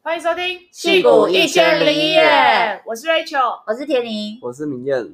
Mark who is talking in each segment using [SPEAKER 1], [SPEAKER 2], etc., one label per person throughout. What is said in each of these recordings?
[SPEAKER 1] 欢迎收听
[SPEAKER 2] 矽谷1001夜，
[SPEAKER 1] 我是 Rachel，
[SPEAKER 2] 我是田妮，
[SPEAKER 3] 我是明燕。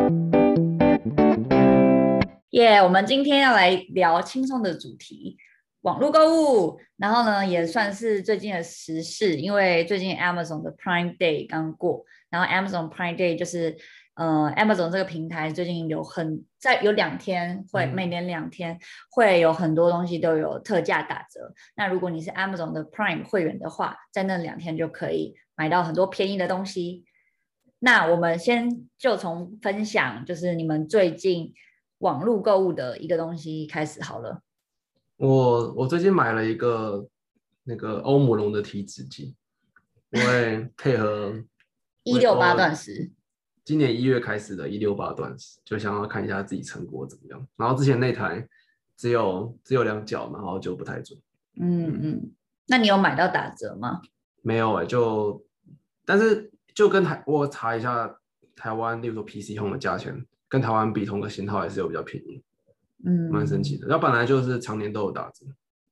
[SPEAKER 2] 我们今天要来聊轻松的主题，网络购物。然后呢，也算是最近的时事，因为最近 Amazon 的 Prime Day 刚过，然后 Amazon Prime Day 就是Amazon 这个平台最近有2天会，每年2天会有很多东西都有特价打折。那如果你是 Amazon 的 Prime 会员的话，在那2天就可以买到很多便宜的东西。那我们先就从分享就是你们最近网络购物的一个东西开始好了。
[SPEAKER 3] 我最近买了一个那个欧姆龙的体脂机，因为配合
[SPEAKER 2] 168断食，
[SPEAKER 3] 今年1月开始的168断食，就想要看一下自己成果怎么样。然后之前那台只有2角，然后就不太准。
[SPEAKER 2] 那你有买到打折吗？
[SPEAKER 3] 没有但是就跟我查一下台湾，例如说 PC Home 的价钱，跟台湾比同个型号还是有比较便宜。蛮神奇的。那本来就是常年都有打折。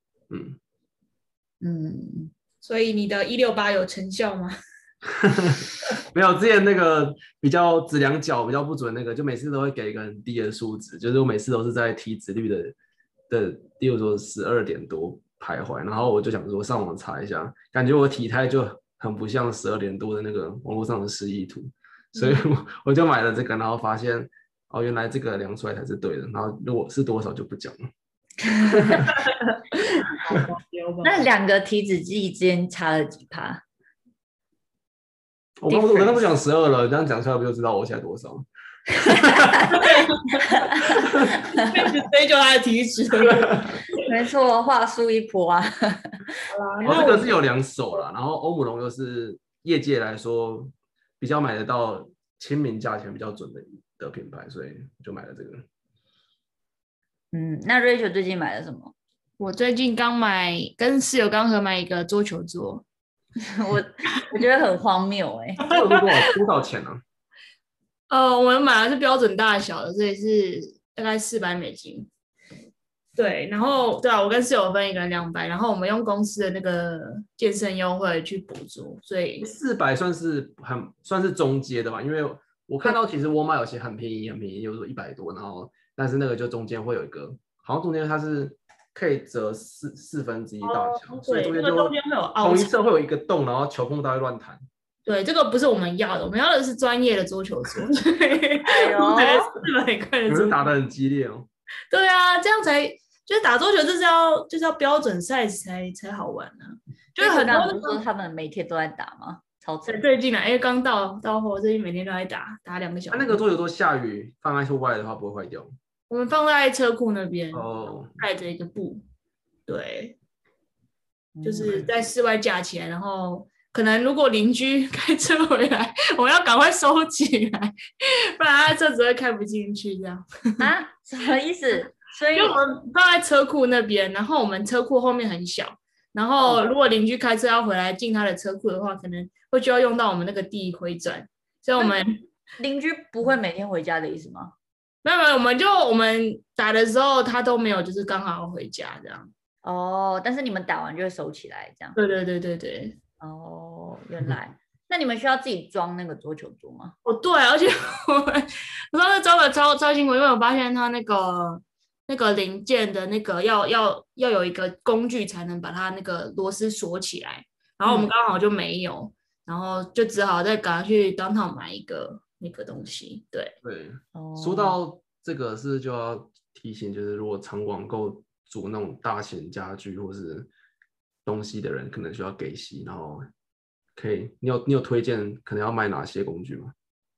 [SPEAKER 1] 所以你的168有成效吗？
[SPEAKER 3] 没有，之前那个比较质量角比较不准，那个就每次都会给一个很低的数值，就是我每次都是在体脂率的，例如说12点多徘徊，然后我就想说上网查一下，感觉我体态就很不像12点多的那个网络上的示意图，所以我就买了这个，然后发现原来这个量出来才是对的，然后如果是多少就不讲了。
[SPEAKER 2] 那2个体脂计之间差了几%？
[SPEAKER 3] 我刚刚不讲12了，这样讲出来不就知道我现在多少？
[SPEAKER 1] 追究他的体脂。
[SPEAKER 2] 没错，话术一波啊。
[SPEAKER 3] 这个是有2手啦，然后欧姆龙又是业界来说比较买得到亲民价钱比较准的品牌，所以就买了这个。
[SPEAKER 2] 那 Rachel 最近买了什么？
[SPEAKER 1] 我最近跟室友刚合买一个桌球桌。
[SPEAKER 2] 我觉得很荒谬
[SPEAKER 3] 这个多少钱呢？
[SPEAKER 1] 我们买的是标准大小的，所以是大概$400。对，然后对啊，我跟室友分一个人200，然后我们用公司的那个健身优惠去补助，所以
[SPEAKER 3] 400算是中阶的吧，因为我看到其实沃尔玛有些很便宜，有时候100多，然后但是那个就中间会有一个，好像中间它是可以折1/4大小，所以中间就同一侧会有一个洞，然后球碰到会乱弹。
[SPEAKER 1] 对，这个不是我们要的，我们要的是专业的桌球桌。400块的桌球，
[SPEAKER 3] 你们打得很激烈哦。
[SPEAKER 1] 对啊，这样才就是打桌球，就是要标准 size 才好玩呢。就是很多
[SPEAKER 2] 人说他们每天都在打吗？超扯。
[SPEAKER 1] 最近因为刚到货，最近每天都在打2个小时。
[SPEAKER 3] 那个桌球桌下雨放在户外的话不会坏掉？
[SPEAKER 1] 我们放在车库那边，盖着一个布，对，就是在室外架起来，然后可能如果邻居开车回来，我们要赶快收起来，不然他车子会开不进去这样。
[SPEAKER 2] 啊？什么意思？所以
[SPEAKER 1] 因为我们放在车库那边，然后我们车库后面很小，然后如果邻居开车要回来进他的车库的话，可能会就要用到我们那个地回转，所以我们
[SPEAKER 2] 邻居不会每天回家的意思吗？
[SPEAKER 1] 没有，我们打的时候他都没有，就是刚好要回家这样。
[SPEAKER 2] 但是你们打完就会收起来这样。
[SPEAKER 1] 对。
[SPEAKER 2] 原来。那你们需要自己装那个桌球桌吗？
[SPEAKER 1] 对，而且我当时装的超辛苦，因为我发现它那个零件的那个要有一个工具才能把它那个螺丝锁起来，然后我们刚好就没有，然后就只好再赶快去downtown买一个那个东西。对，
[SPEAKER 3] 说到这个是就要提醒，就是如果常网购组那种大型家具或是东西的人，可能需要给息，然后可以，你有推荐可能要买哪些工具吗？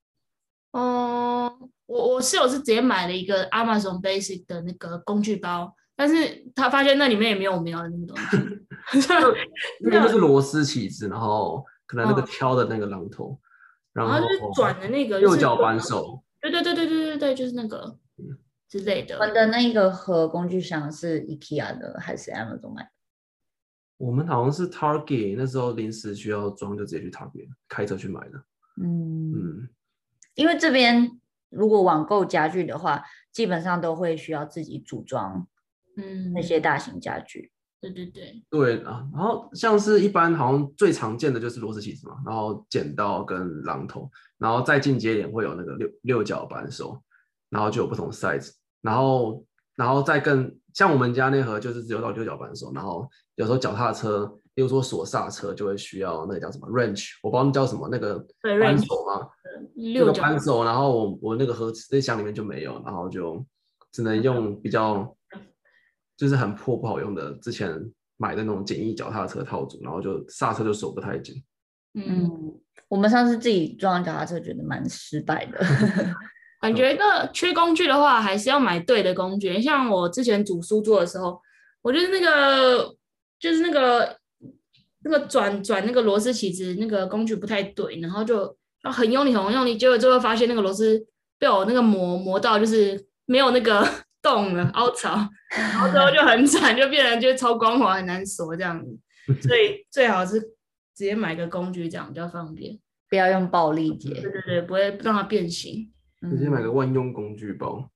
[SPEAKER 1] 我室友是直接买了一个 Amazon Basic 的那个工具包，但是他发现那里面也没有我们要的那个东西，
[SPEAKER 3] 那边就是螺丝起子，然后可能那个挑的那个榔头，然后
[SPEAKER 1] 就是转的那个
[SPEAKER 3] 右脚扳手，
[SPEAKER 1] 对，就是那个之类的。
[SPEAKER 2] 我们的那个盒工具箱是 IKEA 的还是 Amazon 买的？
[SPEAKER 3] 我们好像是 Target， 那时候临时需要装就直接去 Target 开车去买的。
[SPEAKER 2] 因为这边如果网购家具的话，基本上都会需要自己组装那些大型家具。
[SPEAKER 1] 对对对，
[SPEAKER 3] 对啊，然后像是一般好像最常见的就是螺丝起子嘛，然后剪刀跟榔头，然后再进阶一点会有那个六角扳手，然后就有不同 size，然后再更像我们家那盒就是只有到六角扳手，然后有时候脚踏车，比如说锁刹车就会需要那个叫什么 wrench， 我不知道那叫什么那个
[SPEAKER 1] 对
[SPEAKER 3] 扳
[SPEAKER 1] wrench
[SPEAKER 3] 手吗？那个
[SPEAKER 1] 六角
[SPEAKER 3] 扳手，然后我那个盒子那箱里面就没有，然后就只能用比较就是很破不好用的之前买的那种简易脚踏车套组，然后就刹车就手不太紧。
[SPEAKER 1] 嗯，
[SPEAKER 2] 我们上次自己装脚踏车，觉得蛮失败的。
[SPEAKER 1] 感觉缺工具的话，还是要买对的工具。像我之前煮书桌的时候，我就是那个转那个螺丝起子那个工具不太对，然后就要很用力很用力，结果最后发现那个螺丝被我那个磨到就是没有那个洞了，凹槽，然后最后就很惨，就变成就是超光滑很难锁这样子。所以最好是直接买个工具，这样比较方便。
[SPEAKER 2] 不要用暴力结。
[SPEAKER 1] 对对对，不会让它变形。
[SPEAKER 3] 直接买个万用工具包。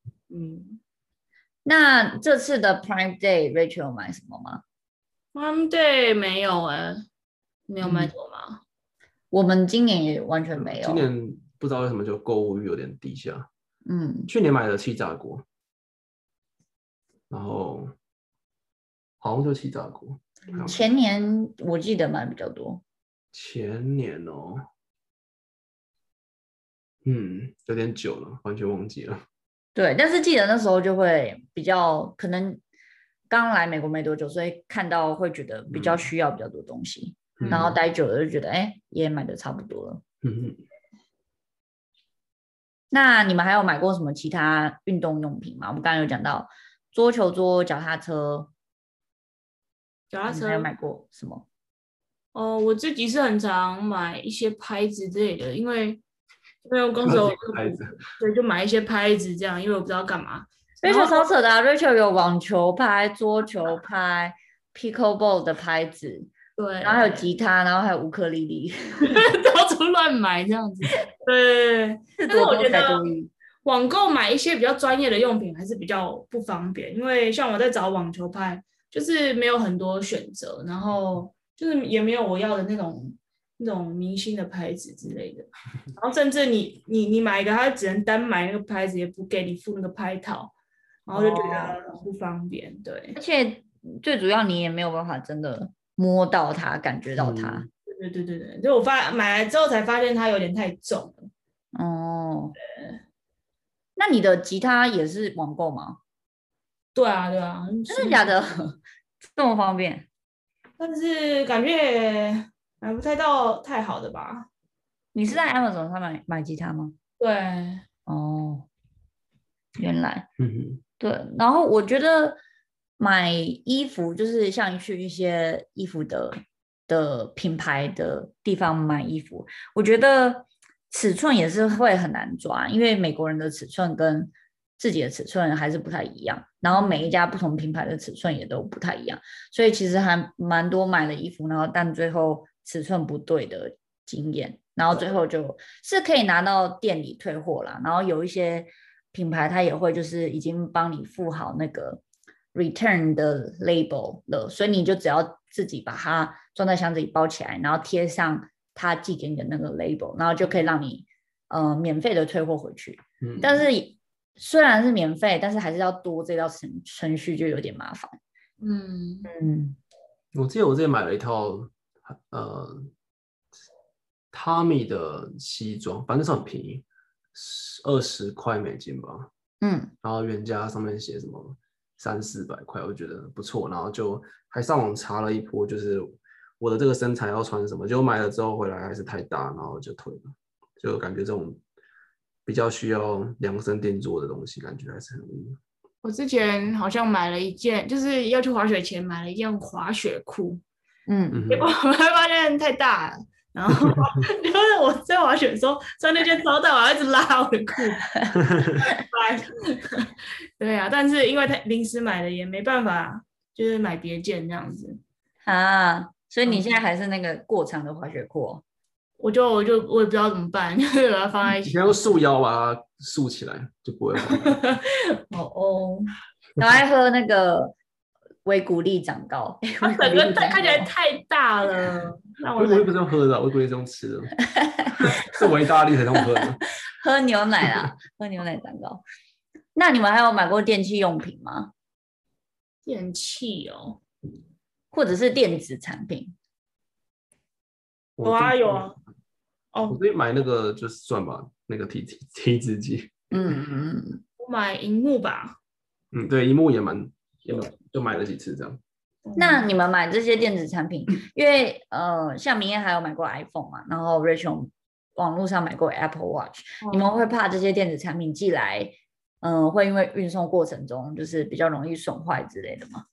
[SPEAKER 2] 那这次的 Prime Day Rachel 有买什么吗？
[SPEAKER 1] Prime Day 没有没有买什么吗？
[SPEAKER 2] 我们今年也完全没有。
[SPEAKER 3] 今年不知道为什么就购物欲有点低下。去年买了气炸锅，然后好像就气炸锅。
[SPEAKER 2] 前年我记得买比较多。
[SPEAKER 3] 前年哦。有点久了，完全忘记了。
[SPEAKER 2] 对，但是记得那时候就会比较可能刚来美国没多久，所以看到会觉得比较需要比较多东西，然后待久了就觉得也买的差不多了。那你们还有买过什么其他运动用品吗？我们刚刚有讲到桌球桌、脚踏车。还有买过什么？
[SPEAKER 1] 我自己是很常买一些拍子之类的，因为公司有
[SPEAKER 3] 拍子，
[SPEAKER 1] 对，就买一些拍子这样，因为我不知道干嘛。
[SPEAKER 2] Rachel 超扯的，Rachel 有网球拍、桌球拍、pickleball 的拍子，
[SPEAKER 1] 对，
[SPEAKER 2] 然后还有吉他，然后还有乌克丽丽，
[SPEAKER 1] 到处乱买这样子。对，但是我觉得网购买一些比较专业的用品还是比较不方便，因为像我在找网球拍，就是没有很多选择，然后就是也没有我要的那种明星的牌子之类的，然后甚至你买一个，他只能单买那个拍子，也不给你附那个拍套，然后就觉得不方便。对，
[SPEAKER 2] 而且最主要你也没有办法真的摸到它，感觉到它。
[SPEAKER 1] 对，就我买来之后才发现它有点太重了。
[SPEAKER 2] 那你的吉他也是网购吗？
[SPEAKER 1] 对啊，
[SPEAKER 2] 真的假的？这么方便？
[SPEAKER 1] 但是感觉买不太到太好的吧？
[SPEAKER 2] 你是在 Amazon 上买吉他吗？
[SPEAKER 1] 对。
[SPEAKER 2] 原来。对。然后我觉得买衣服就是像去一些衣服的品牌的地方买衣服，我觉得尺寸也是会很难抓，因为美国人的尺寸跟自己的尺寸还是不太一样，然后每一家不同品牌的尺寸也都不太一样，所以其实还蛮多买了衣服，然后但最后尺寸不对的经验，然后最后就是可以拿到店里退货啦，然后有一些品牌它也会就是已经帮你附好那个 return 的 label 了，所以你就只要自己把它装在箱子里包起来，然后贴上他寄给你的那个 label， 然后就可以让你免费的退货回去。但是虽然是免费，但是还是要多这道程序，就有点麻烦。
[SPEAKER 3] 我记得我之前买了一套Tommy 的西装，反正是很便宜，20块美金吧。然后原价上面写什么300-400块，我觉得不错，然后就还上网查了一波，就是我的这个身材要穿什么，结果买了之后回来还是太大，然后就退了。就感觉这种比较需要量身定做的东西，感觉还是很容易。
[SPEAKER 1] 我之前好像买了一件，就是要去滑雪前买了一件滑雪裤，结果我还发现太大了，然后就是我在滑雪的时候穿那件超大，我要一直拉我的裤。对啊，但是因为临时买的也没办法，就是买别件这样子
[SPEAKER 2] 所以你现在还是那个过长的滑雪裤
[SPEAKER 1] 我也不知道怎么办，就是把它放在一起。
[SPEAKER 3] 你要用束腰把它束起来，就不会滑。
[SPEAKER 2] 赶快喝那个维骨力长高，
[SPEAKER 1] 它整个看起来太大了。
[SPEAKER 3] 维骨力不是用喝的，维骨力是用吃的，是维大利才用喝的。
[SPEAKER 2] 喝牛奶啦，喝牛奶长高。那你们还有买过电器用品吗？
[SPEAKER 1] 电器哦，
[SPEAKER 2] 或者是电子产品？
[SPEAKER 1] 有啊有啊。
[SPEAKER 3] 我可以买那个就是算吧，那个体脂机。
[SPEAKER 1] 我买荧幕吧。
[SPEAKER 3] 对，荧幕也就买了几次这样。
[SPEAKER 2] 那你们买这些电子产品，因为像明艳还有买过 iPhone 嘛，然后 Rachel 网络上买过 Apple Watch，你们会怕这些电子产品寄来，会因为运送过程中就是比较容易损坏之类的吗？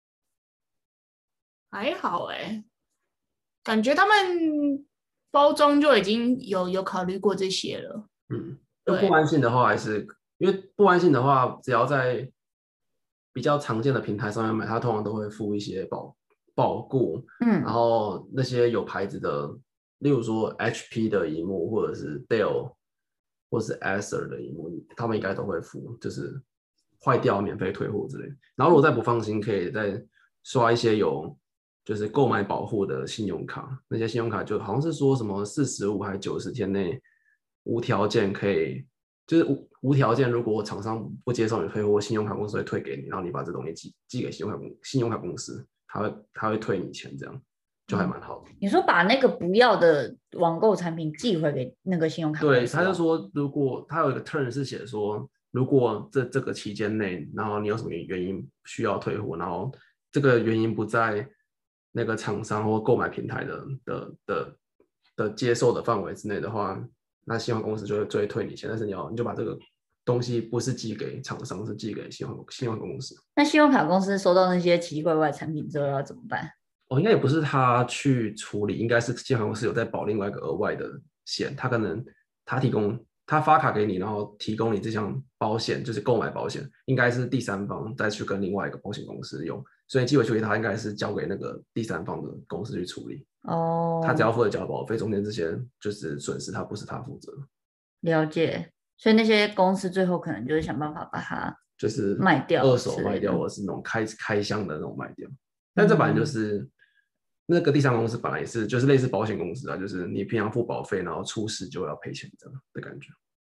[SPEAKER 1] 还好感觉他们包装就已经有考虑过这些了。
[SPEAKER 3] 就不安信的话，还是因为不安信的话，只要在比较常见的平台上面买，它通常都会附一些保固，然后那些有牌子的，例如说 HP 的萤幕，或者是 Dell， 或是 Acer 的萤幕，他们应该都会附，就是坏掉免费退货之类的。然后如果再不放心，可以再刷一些有就是购买保护的信用卡，那些信用卡就好像是说什么45还90天内无条件可以，就是无条件，如果厂商不接受你退货，信用卡公司会退给你，然后你把这东西寄给信用卡公司，他会退你钱，这样就还蛮好的。
[SPEAKER 2] 你说把那个不要的网购产品寄回给那个信用卡公司？
[SPEAKER 3] 对，他就说如果他有一个 turn 是写说，如果这个期间内，然后你有什么原因需要退货，然后这个原因不在那个厂商或购买平台的接受的范围之内的话，那信用公司就会退你钱，但是你就把这个东西不是寄给厂商，是寄给信用公司。
[SPEAKER 2] 那信用卡公司收到那些奇奇怪怪的产品之后要怎么办？
[SPEAKER 3] 应该也不是他去处理，应该是信用卡公司有在保另外一个额外的险，他可能他发卡给你，然后提供你这项保险，就是购买保险，应该是第三方再去跟另外一个保险公司用，所以寄回去给他应该是交给那个第三方的公司去处理。他只要负责交保费，中间这些就是损失，他不是他负责。
[SPEAKER 2] 了解，所以那些公司最后可能就是想办法把它
[SPEAKER 3] 就是
[SPEAKER 2] 卖掉，
[SPEAKER 3] 二手卖掉，或者是那种开箱的那种卖掉。但这本来就是那个第三公司本来也是就是类似保险公司啊，就是你平常付保费，然后出事就要赔钱这样的感觉。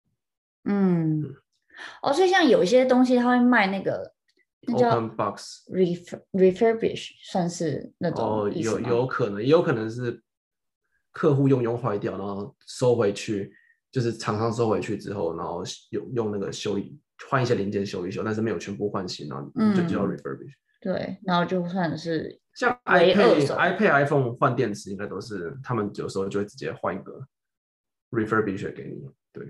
[SPEAKER 2] 所以像有一些东西他会卖那个那叫
[SPEAKER 3] Open box
[SPEAKER 2] refurbish， 算是那种意思吗？
[SPEAKER 3] 有可能，也有可能是客户用坏掉，然后收回去，就是厂商收回去之后，然后用那个换一些零件修一修，但是没有全部换新，然后就叫 refurbish。
[SPEAKER 2] 对，然后就算是
[SPEAKER 3] 像 iPad、iPhone 换电池，应该都是他们有时候就会直接换一个 refurbish 给你，对，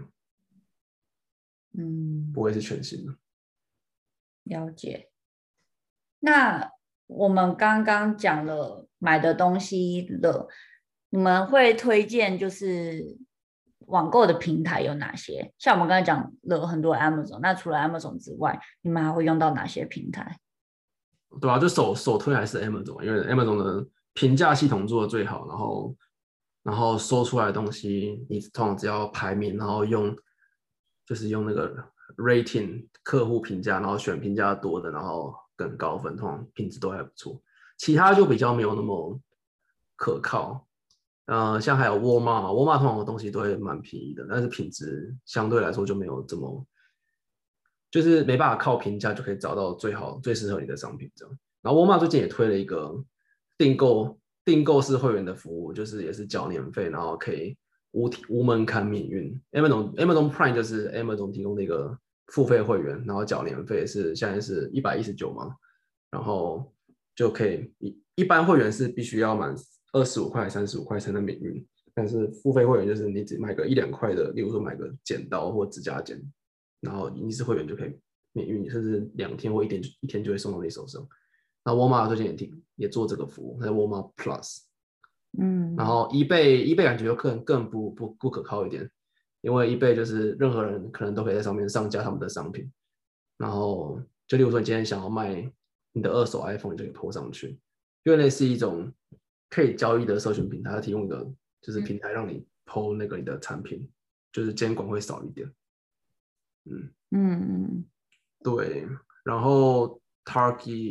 [SPEAKER 3] 不会是全新的。
[SPEAKER 2] 了解。那我们刚刚讲了买的东西了，你们会推荐就是网购的平台有哪些？像我们刚才讲了很多 Amazon， 那除了 Amazon 之外，你们还会用到哪些平台？
[SPEAKER 3] 对啊，就首推还是 Amazon， 因为 Amazon 的评价系统做的最好，然后搜出来的东西，你通常只要排名，然后用那个 rating 客户评价，然后选评价多的，然后更高分，通常品质都还不错。其他就比较没有那么可靠。像还有沃尔玛通常的东西都会蛮便宜的，但是品质相对来说就没有这么，就是没办法靠评价就可以找到最好最适合你的商品这样。然后沃尔玛最近也推了一个订购式会员的服务，就是也是缴年费，然后可以无门槛免运。Amazon Prime 就是 Amazon 提供的一个付费会员，然后缴年费现在是119嘛，然后就可以一般会员是必须要满25块、35块才能免运，但是付费会员就是你只买个1-2块的，例如说买个剪刀或指甲剪，然后你是会员就可以免运，甚至2天或一天就会送到你手上。那沃尔玛最近也做这个服务，在沃尔玛 Plus。然后 eBay 感觉就更不可靠一点，因为 eBay 就是任何人可能都可以在上面上架他们的商品，然后就例如说你今天想要卖你的二手 iPhone， 你就可以 po 上去，因为类似一种可以交易的社群平台，它提供一个就是平台让你 po 那个你的产品，就是监管会少一点。对，然后 Target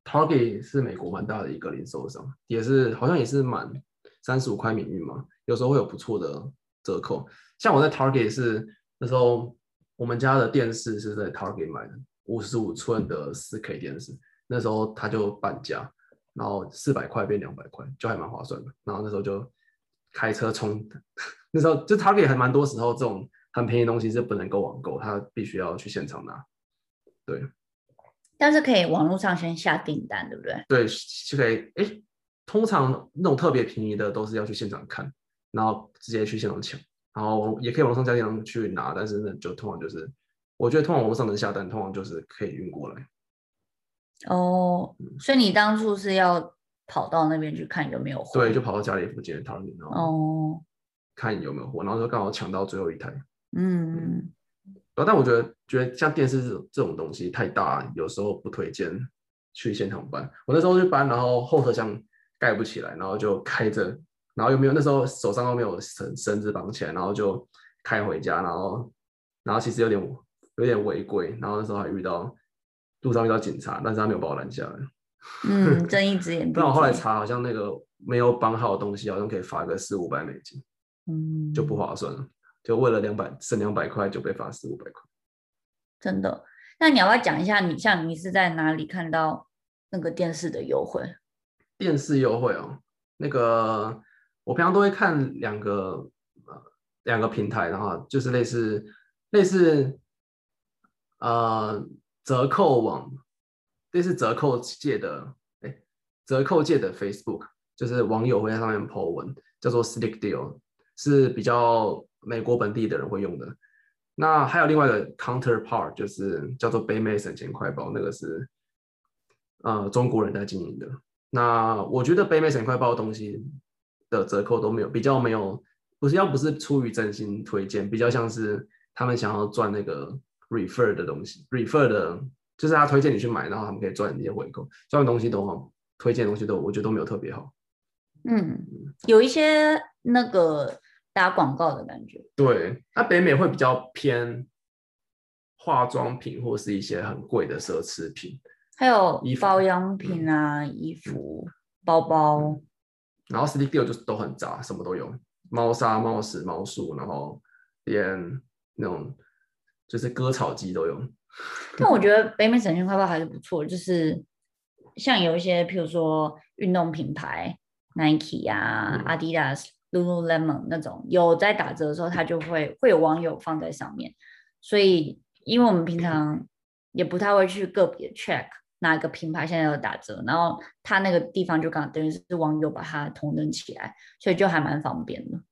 [SPEAKER 3] Target 是美国蛮大的一个零售商，好像也是满35块免运嘛，有时候会有不错的折扣。像我在 Target 是那时候我们家的电视是在 Target 买的，55寸的4K 电视，那时候它就半价，然后400块变200块，就还蛮划算的。然后那时候就开车冲，那时候就 Target 还蛮多时候这种很便宜的东西是不能够网购，它必须要去现场拿。对。
[SPEAKER 2] 但是可以网络上先下订单，对不对？
[SPEAKER 3] 对，就可以。通常那种特别便宜的都是要去现场看，然后直接去现场抢，然后也可以网上加订单去拿，但是呢，就通常就是，我觉得通常网络上能下单，通常就是可以运过来。
[SPEAKER 2] 哦，所以你当初是要跑到那边去看有没有货？
[SPEAKER 3] 对，就跑到家里附近的Target，然后看有没有货，然后就刚好抢到最后一台。但我觉得像电视这种东西太大，有时候不推荐去现场搬。我那时候去搬，然后后车厢盖不起来，然后就开着，然后又没有那时候手上都没有绳子绑起来，然后就开回家，然后其实有点违规，然后那时候还路上遇到警察，但是他没有把我拦下来。
[SPEAKER 2] 睁一只眼闭一只眼。
[SPEAKER 3] 但我后来查，好像那个没有绑好的东西，好像可以罚个400-500美金，就不划算了。就为了省200块就被罚400-500块，
[SPEAKER 2] 真的。那你要不要讲一下，像你是在哪里看到那个电视的优惠？
[SPEAKER 3] 电视优惠哦，那个我平常都会看两个平台，然后就是类似折扣网，类似折扣界的Facebook， 就是网友会在上面 po 文，叫做 Slick Deal， 是比较美国本地的人会用的。那还有另外一个 Counterpart， 就是叫做北美省钱快报，那个是中国人在经营的。那我觉得北美省钱快报的东西的折扣都比较没有，不是出于真心推荐，比较像是他们想要赚那个 refer 的东西，refer 的就是他推荐你去买，然后他们可以赚一些回扣，这样的东西都好，推荐的东西我觉得都没有特别好。
[SPEAKER 2] 有一些那个打广告的感觉。
[SPEAKER 3] 对，那北美会比较偏化妆品或是一些很贵的奢侈品，
[SPEAKER 2] 还有保养品啊，衣服、包包。
[SPEAKER 3] 然后 Slick Deal 就是都很杂，什么都有，猫砂、猫屎、猫树，然后连那种就是割草机都有。
[SPEAKER 2] 但我觉得北美省钱快报还是不错，就是像有一些譬如说运动品牌 Nike 啊、Adidas、Lululemon 那种有在打折的时候，它就会有网友放在上面。所以因为我们平常也不太会去个别 check 哪个品牌现在有打折，然后它那个地方就刚好等于是网友把它同登起来，所以就还蛮方便的。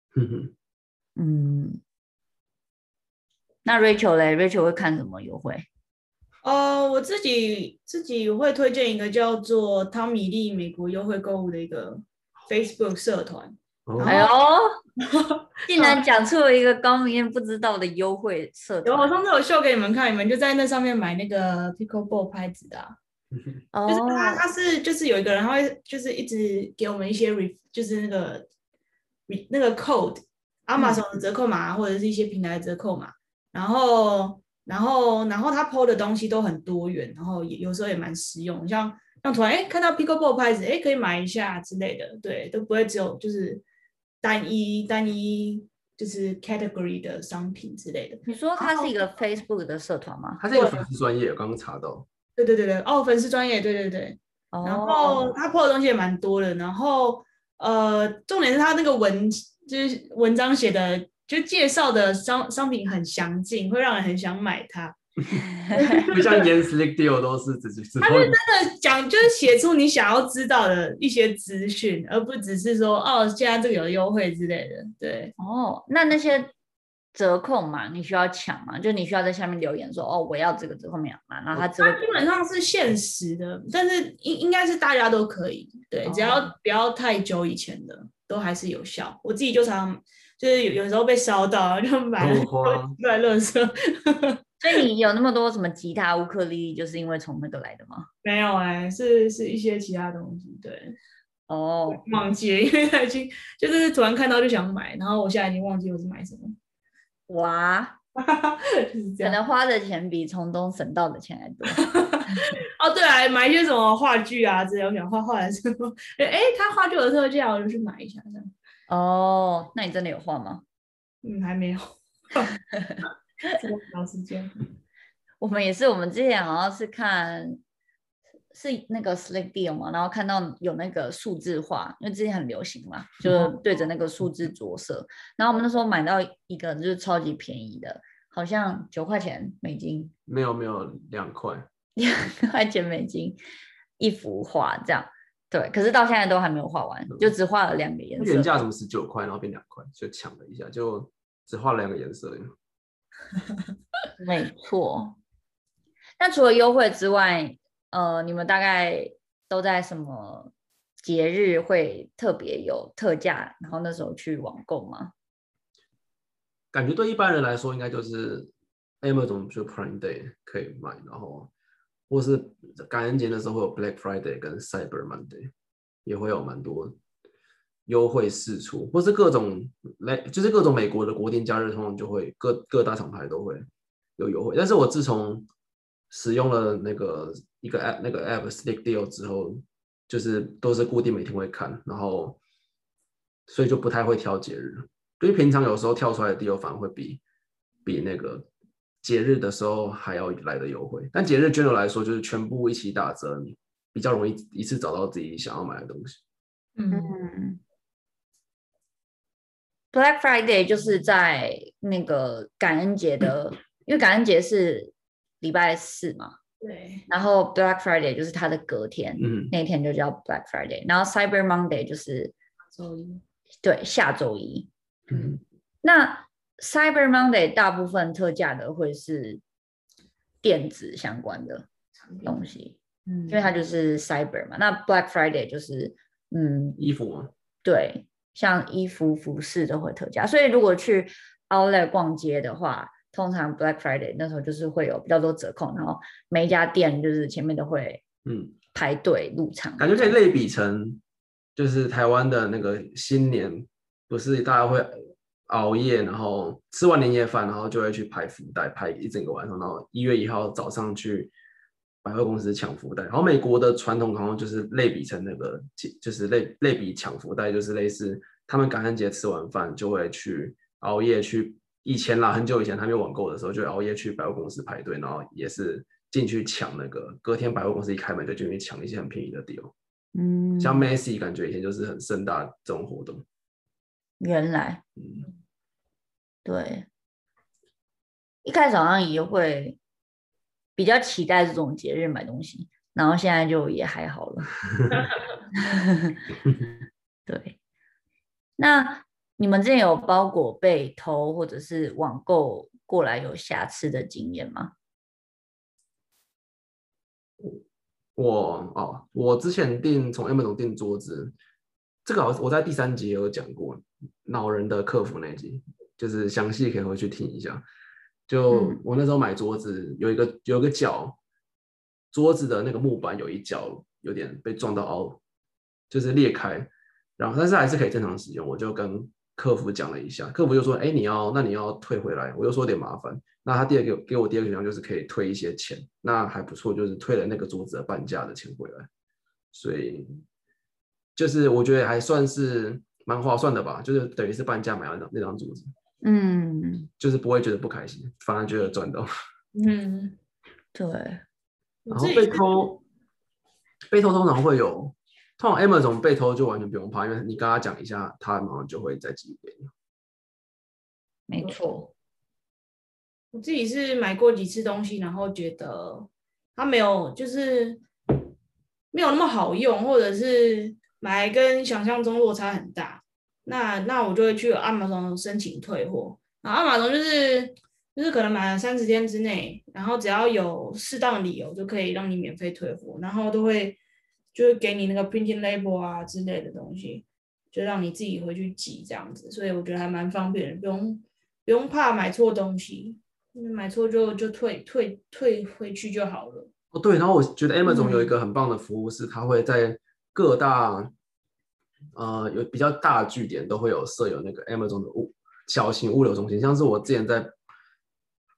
[SPEAKER 2] 那 Rachel 嘞 ？Rachel 会看什么优惠？
[SPEAKER 1] 我自己会推荐一个叫做汤米利美国优惠购物的一个 Facebook 社团。
[SPEAKER 2] 哎呦，竟然讲出了一个高明燕不知道的优惠社团。
[SPEAKER 1] 我上次有秀给你们看，你们就在那上面买那个 Pickleball 拍子的。就是他是就是有一个人，他会就是一直给我们一些就是那个 code Amazon 的折扣码或者是一些平台的折扣码。然后他 po 的东西都很多元，然后有时候也蛮实用，像突然看到 Pickleball 拍子，可以买一下之类的，对，都不会只有就是单一就是 category 的商品之类的。
[SPEAKER 2] 你说它是一个 Facebook 的社团吗？
[SPEAKER 3] 它是一个粉丝专页，我刚刚查到。
[SPEAKER 1] 对，粉丝专页，对。然后他 po 的东西也蛮多的，然后重点是他那个就是文章写的。就介绍的商品很详尽，会让人很想买它。
[SPEAKER 3] 不像 Slick Deal 都是只
[SPEAKER 1] 他是真的讲，就是写出你想要知道的一些资讯，而不只是说现在这个有优惠之类的。对。
[SPEAKER 2] 那些折扣嘛，你需要抢嘛？就你需要在下面留言说我要这个折扣码嘛，然后它基
[SPEAKER 1] 本上是限时的，但是应该是大家都可以。对，只要不要太久以前的，都还是有效。我自己就常。就是有时候被烧到，就买了出来垃圾。
[SPEAKER 2] 所以你有那么多什么吉他、乌克丽丽，就是因为从那个来的吗？
[SPEAKER 1] 没有是一些其他东西。对。忘记了，因为他已经就是突然看到就想买，然后我现在已经忘记我是买什么。
[SPEAKER 2] 哇，
[SPEAKER 1] 就是这样，
[SPEAKER 2] 可能花的钱比从中省到的钱还多。
[SPEAKER 1] 哦，对啊，买一些什么话剧啊之类，我想画画的时候，他话剧有特价，我就去买一下这样。
[SPEAKER 2] 哦，那你真的有画吗？
[SPEAKER 1] 还没有，这个长时间。
[SPEAKER 2] 我们也是，我们之前好像是看是那个 Slick Deal 嘛，然后看到有那个数字化，因为之前很流行嘛，就对着那个数字着色。然后我们那时候买到一个就是超级便宜的，好像$9美金，
[SPEAKER 3] 没有2块，
[SPEAKER 2] $2美金一幅画这样。对，可是到现在都还没有画完，就只画了2个颜色。
[SPEAKER 3] 原价什么19块，然后变2块，就抢了一下，就只画了2个颜色。
[SPEAKER 2] 没错。那除了优惠之外，你们大概都在什么节日会特别有特价，然后那时候去网购吗？
[SPEAKER 3] 感觉对一般人来说，应该就是 Amazon 就 Prime Day 可以买，然后或是感恩节的时候会有 Black Friday 跟 Cyber Monday， 也会有蛮多优惠释出，或是各种就是各种美国的国定假日，通常就会各大厂牌都会有优惠。但是我自从使用了一个 app Slick Deal 之后，就是都是固定每天会看，然后所以就不太会挑节日。因为平常有时候跳出来的 deal 反而会比那个节日的时候还要来的优惠，但节日 general 来说就是全部一起打折，你比较容易一次找到自己想要买的东西。
[SPEAKER 2] Black Friday 就是在那个感恩节的，因为感恩节是礼拜4嘛，
[SPEAKER 1] 对，
[SPEAKER 2] 然后 Black Friday 就是它的隔天，那一天就叫 Black Friday，然后 Cyber Monday 就是
[SPEAKER 1] 周一，
[SPEAKER 2] 对，下周一。那 Cyber Monday 大部分特价的会是电子相关的东西，因为它就是 Cyber 嘛。那 Black Friday 就是
[SPEAKER 3] 衣服吗？
[SPEAKER 2] 对，像衣服、服饰都会特价。所以如果去 Outlet 逛街的话，通常 Black Friday 那时候就是会有比较多折扣，然后每一家店就是前面都会排队入场。
[SPEAKER 3] 感觉可以类比成就是台湾的那个新年，不是大家会熬夜，然后吃完年夜饭，然后就会去排福袋，排一整个晚上，然后1月1号早上去百货公司抢福袋。然后美国的传统好像就是类比成那个，就是类比抢福袋，就是类似他们感恩节吃完饭就会去熬夜去，以前啦，很久以前还没有网购的时候，就熬夜去百货公司排队，然后也是进去抢那个，隔天百货公司一开门就进去抢一些很便宜的 deal。像 Macy 感觉以前就是很盛大这种活动。
[SPEAKER 2] 原来，对，一开始好像也会比较期待这种节日买东西，然后现在就也还好了。对，那你们之前有包裹被偷或者是网购过来有瑕疵的经验吗？
[SPEAKER 3] 我之前从 Amazon 订桌子，这个我在第3集有讲过，恼人的客服那一集，就是详细可以回去听一下。就我那时候买桌子，有一个角，桌子的那个木板有一角有点被撞到凹，就是裂开，然后但是还是可以正常使用。我就跟客服讲了一下，客服就说：“哎，你要退回来。”我就说有点麻烦。那他给我第二个选项就是可以退一些钱，那还不错，就是退了那个桌子的半价的钱回来，所以就是我觉得还算是蛮划算的吧，就是等于是半价买到那张桌子，就是不会觉得不开心，反而觉得赚到。
[SPEAKER 2] 对。
[SPEAKER 3] 然后被偷通常会有，通常 Amazon 被偷就完全不用怕，因为你跟他讲一下，他马上就会再寄给你。
[SPEAKER 2] 没错。
[SPEAKER 1] 我自己是买过几次东西，然后觉得它没有，就是没有那么好用，或者是买跟想象中落差很大，那我就会去 Amazon 申请退货。然后 Amazon 就是可能买了30天之内，然后只要有适当的理由就可以让你免费退货，然后就会给你那个 printing label 啊之类的东西，就让你自己回去寄这样子，所以我觉得还蛮方便的，不用怕买错东西。买错就退回去就好了。
[SPEAKER 3] 对，然后我觉得 Amazon 有一个很棒的服务是，它会在各大有比较大的据点都会有设有那个 Amazon 的小型物流中心，像是我之前在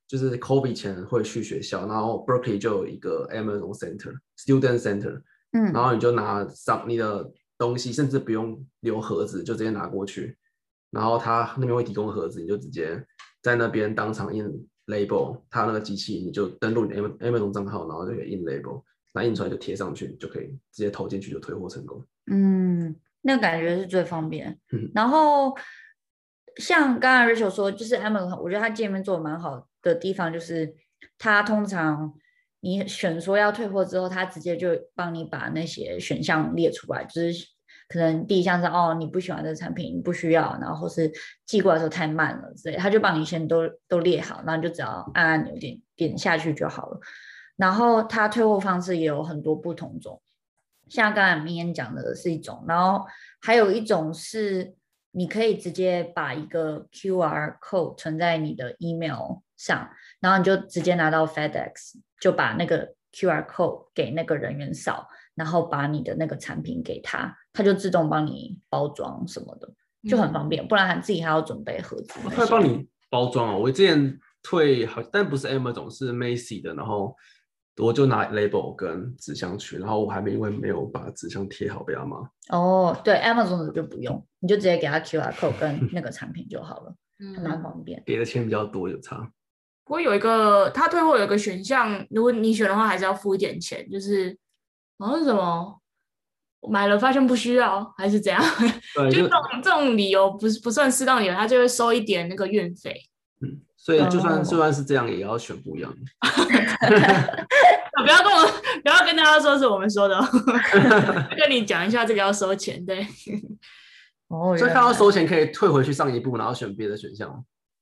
[SPEAKER 3] 就是 COVID 前会去学校，然后 Berkeley 就有一个 Amazon Student Center，然后你就拿上你的东西，甚至不用留盒子，就直接拿过去，然后他那边会提供盒子，你就直接在那边当场印 label， 他那个机器你就登录你的 Amazon 账号，然后就可以印 label， 那印出来就贴上去，就可以直接投进去就退货成功。
[SPEAKER 2] 那感觉是最方便。然后像刚才 Rachel 说，就是 Amazon， 我觉得它界面做的蛮好的地方，就是它通常你选说要退货之后，它直接就帮你把那些选项列出来，就是可能第一项是你不喜欢这个产品，你不需要，然后或是寄过来的时候太慢了之类，它就帮你先都列好，然后你就只要按钮点下去就好了。然后它退货方式也有很多不同种，像刚才明言讲的是一种，然后还有一种是你可以直接把一个 QR code 存在你的 email 上，然后你就直接拿到 FedEx， 就把那个 QR code 给那个人员扫，然后把你的那个产品给他，他就自动帮你包装什么的，就很方便。不然他自己还要准备盒子。
[SPEAKER 3] 他会帮你包装哦。我之前退但不是 Amazon， 是 Macy 的，然后我就拿 label 跟纸箱去，然后我还因为没有把纸箱贴好被他骂。
[SPEAKER 2] 对 Amazon 的就不用，你就直接给他 QR code 跟那个产品就好了，还蛮方便。
[SPEAKER 3] 给的钱比较多有差。
[SPEAKER 1] 不过他退货有一个选项，如果你选的话，还是要付一点钱，就是好像是什么买了发现不需要，还是怎样？就这种理由不算适当理由，他就会收一点那个运费。
[SPEAKER 3] 所以就算是这样，也要选不一样的。
[SPEAKER 1] 不要跟大家说是我们说的，跟你讲一下这个要收钱，对。
[SPEAKER 3] 所以看到收钱可以退回去上一步，然后选别的选项。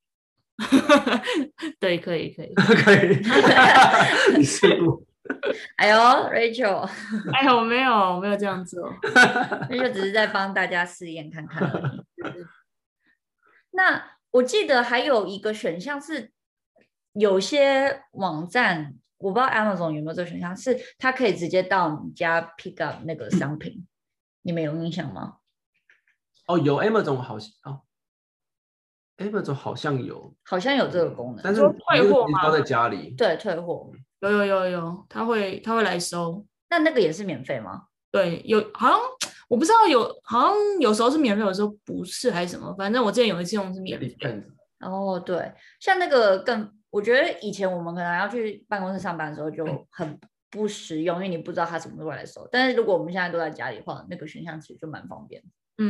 [SPEAKER 1] 对，可以。
[SPEAKER 3] 可以。你试过？
[SPEAKER 2] 哎呦 ，Rachel，
[SPEAKER 1] 哎呦，我没有这样做
[SPEAKER 2] ，Rachel 只是在帮大家试验看看而已。那我记得还有一个选项是，有些网站我不知道 Amazon 有没有这个选项，是它可以直接到你家 pick up 那个商品，你们有印象吗？
[SPEAKER 3] 有 Amazon 好像Amazon 好像有
[SPEAKER 2] 这个功能，
[SPEAKER 3] 但是
[SPEAKER 1] 退货吗？
[SPEAKER 3] 在家里，
[SPEAKER 2] 对，退货
[SPEAKER 1] 有，他会来收。
[SPEAKER 2] 那个也是免费吗？
[SPEAKER 1] 对，好像我不知道好像有时候是免费，有时候不是还是什么，反正我之前有一次用是免费。
[SPEAKER 2] 对，像那个我觉得以前我们可能要去办公室上班的时候就很不实用，因为你不知道他什么时候来收。但是如果我们现在都在家里的话，那个选项其实就蛮方便的。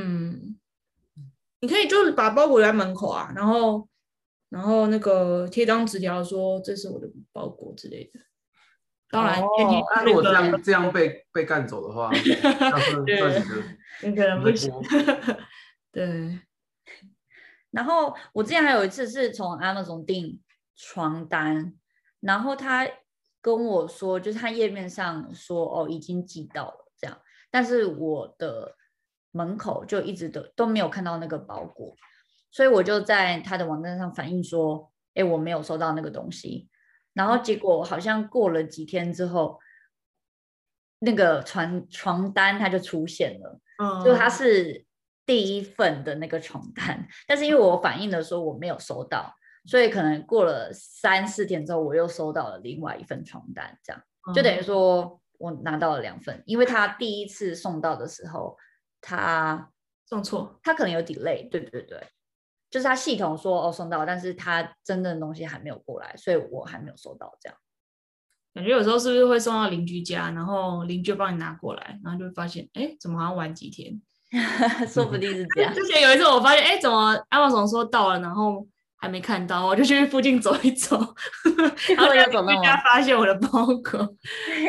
[SPEAKER 1] 你可以就是把包裹留在门口啊，然后那个贴张纸条说这是我的包裹之类的。当然，
[SPEAKER 3] 如果这样被干走的话，那
[SPEAKER 1] 你可能不行。对。
[SPEAKER 2] 然后我之前还有一次是从 Amazon 订床单，然后他跟我说，就是他页面上说已经寄到了这样，但是我的门口就一直都没有看到那个包裹，所以我就在他的网站上反映说，我没有收到那个东西。然后结果好像过了几天之后，那个床单它就出现了，就它是第一份的那个床单，但是因为我反映的说我没有收到，所以可能过了3-4天之后，我又收到了另外一份床单，这样就等于说我拿到了2份，因为他第一次送到的时候他
[SPEAKER 1] 送错，
[SPEAKER 2] 他可能有 delay， 对，就是他系统说送到，但是他真正的东西还没有过来，所以我还没有收到。这样
[SPEAKER 1] 感觉有时候是不是会送到邻居家，然后邻居帮你拿过来，然后就会发现，怎么好像晚几天？
[SPEAKER 2] 说不定是这样。
[SPEAKER 1] 之前有一次我发现，怎么 Amazon 说到了，然后还没看到，我就去附近走一走，然后在邻居家发现我的包裹。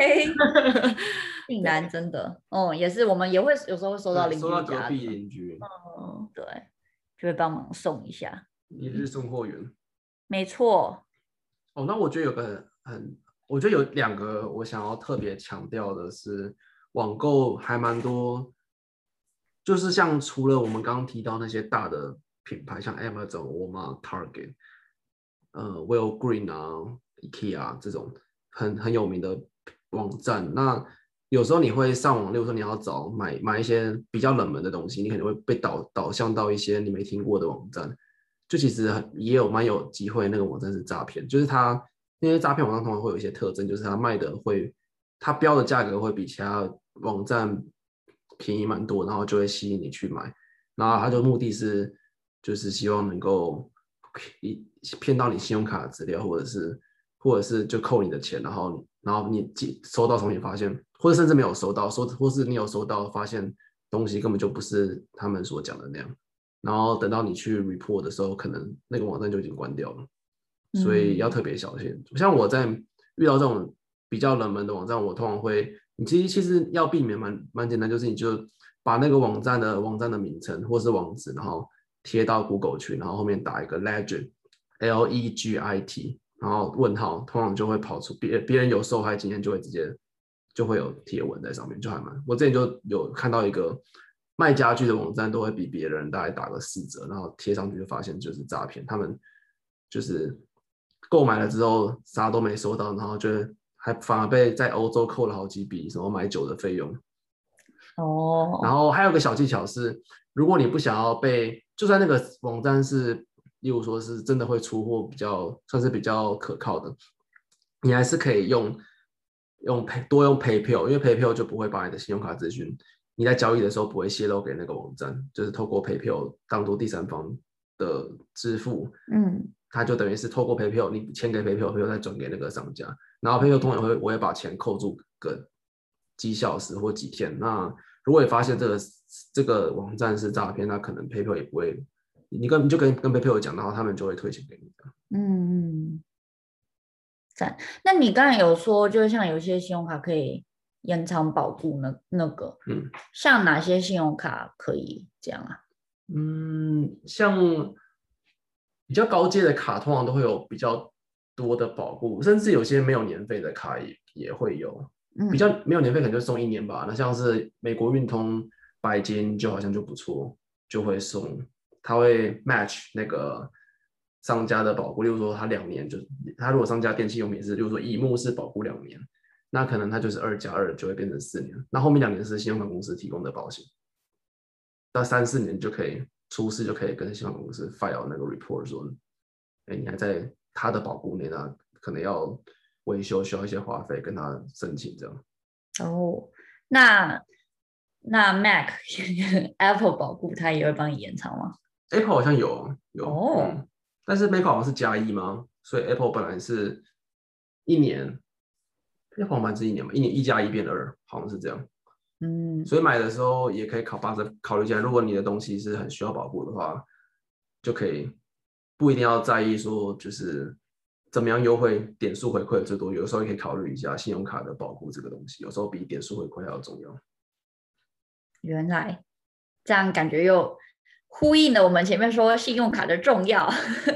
[SPEAKER 2] 竟然真的也是，我们也会有时候会收到邻居家的，
[SPEAKER 3] 收到隔壁邻居，
[SPEAKER 2] 对。就会帮忙送一下，
[SPEAKER 3] 一日送货员，
[SPEAKER 2] 没错。
[SPEAKER 3] 那我觉得我觉得有2个我想要特别强调的是，网购还蛮多，就是像除了我们刚刚提到那些大的品牌，像 Amazon、沃尔玛、Target、Walgreens 啊、IKEA 这种很有名的网站，那有时候你会上网，例如说你要买一些比较冷门的东西，你可能会被导向到一些你没听过的网站。 就其实也有蛮有机会那个网站是诈骗，就是它那些诈骗网站通常会有一些特征，就是它标的价格会比其他网站便宜蛮多，然后就会吸引你去买，然后它的目的是就是希望能够骗到你信用卡的资料，或者是就扣你的钱，然后你收到从你发现，或者甚至没有收到，或是你有收到发现东西根本就不是他们所讲的那样，然后等到你去 report 的时候，可能那个网站就已经关掉了，所以要特别小心。像我在遇到这种比较冷门的网站，我通常会，你其实要避免蛮简单，就是你就把那个网站的名称或是网址，然后贴到 Google 去，然后后面打一个 legit LEGIT， 然后问号，通常就会跑出别人有受害经验，就会直接就会有贴文在上面，就还蛮。我之前就有看到一个卖家具的网站，都会比别人大概打个4折，然后贴上去就发现就是诈骗，他们就是购买了之后啥都没收到，然后就还反而被在欧洲扣了好几笔什么买酒的费用。然后还有个小技巧是，如果你不想要就算那个网站是，例如说是真的会出货算是比较可靠的，你还是可以多用 PayPal， 因为 PayPal 就不会把你的信用卡资讯，你在交易的时候不会泄露给那个网站，就是透过 PayPal 当做第三方的支付，它就等于是透过 PayPal， 你钱给 PayPal 再转给那个商家，然后 PayPal 通常我会把钱扣住个几小时或几天。那如果你发现这个网站是诈骗，那可能 PayPal 也不会，你就跟 PayPal 讲，然后他们就会退钱给你。
[SPEAKER 2] 那你刚才有说，就是像有些信用卡可以延长保固那个，像哪些信用卡可以这样啊？
[SPEAKER 3] 像比较高阶的卡通常都会有比较多的保固，甚至有些没有年费的卡也会有。比较没有年费可能就送1年吧。那像是美国运通白金就好像就不错，就会送，它会 match 那个商家的保固，例如说它2年，它如果商家电器用品是，例如说乙木是保固2年，那可能它就是2+2就会变成4年，那后面2年是信用卡公司提供的保险，到3、4年就可以出事，就可以跟信用卡公司 file 那个 report 说，你还在他的保固内，那可能要维修需要一些花费，跟他申请这样。
[SPEAKER 2] 那 Mac Apple 保固它也会帮你延长吗？
[SPEAKER 3] Apple 好像有，但是 Mac 好像是+1吗？所以 Apple 本来是1年，Apple 好像是1年嘛，1年1+1变2，好像是这样。所以买的时候也可以考虑一下，如果你的东西是很需要保护的话，就可以不一定要在意说就是怎么样优惠点数回馈最多，有时候也可以考虑一下信用卡的保护这个东西，有时候比点数回馈还要重要。
[SPEAKER 2] 原来这样感觉又呼应了我们前面说信用卡的重要。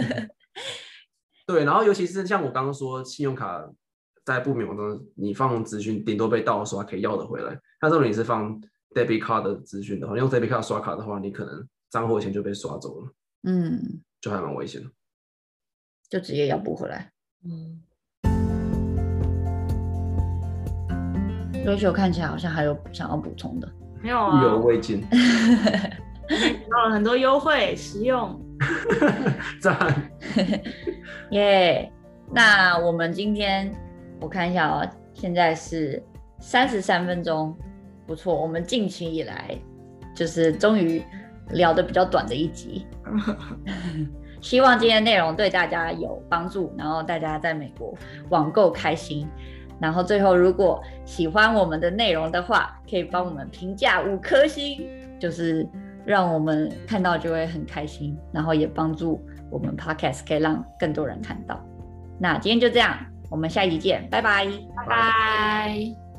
[SPEAKER 3] 对，然后尤其是像我刚刚说，信用卡在不明网站你放资讯顶多被盗刷可以要得回来，但是如果你是放 debit card 的资讯的话，用 debit card 刷卡的话，你可能账户的钱就被刷走了，就还蛮危险的，
[SPEAKER 2] 就直接要补回来。Rachel 看起来好像还有想要补充的。
[SPEAKER 1] 没有啊，
[SPEAKER 3] 意犹未尽。
[SPEAKER 1] 到了很多优惠，实用。
[SPEAKER 3] 赞。
[SPEAKER 2] 耶！那我们今天我看一下哦，现在是33分钟，不错。我们近期以来就是终于聊得比较短的一集。希望今天内容对大家有帮助，然后大家在美国网购开心。然后最后，如果喜欢我们的内容的话，可以帮我们评价5颗星，就是让我们看到就会很开心，然后也帮助我们 Podcast 可以让更多人看到。那今天就这样，我们下一集见，拜拜，
[SPEAKER 1] 拜拜。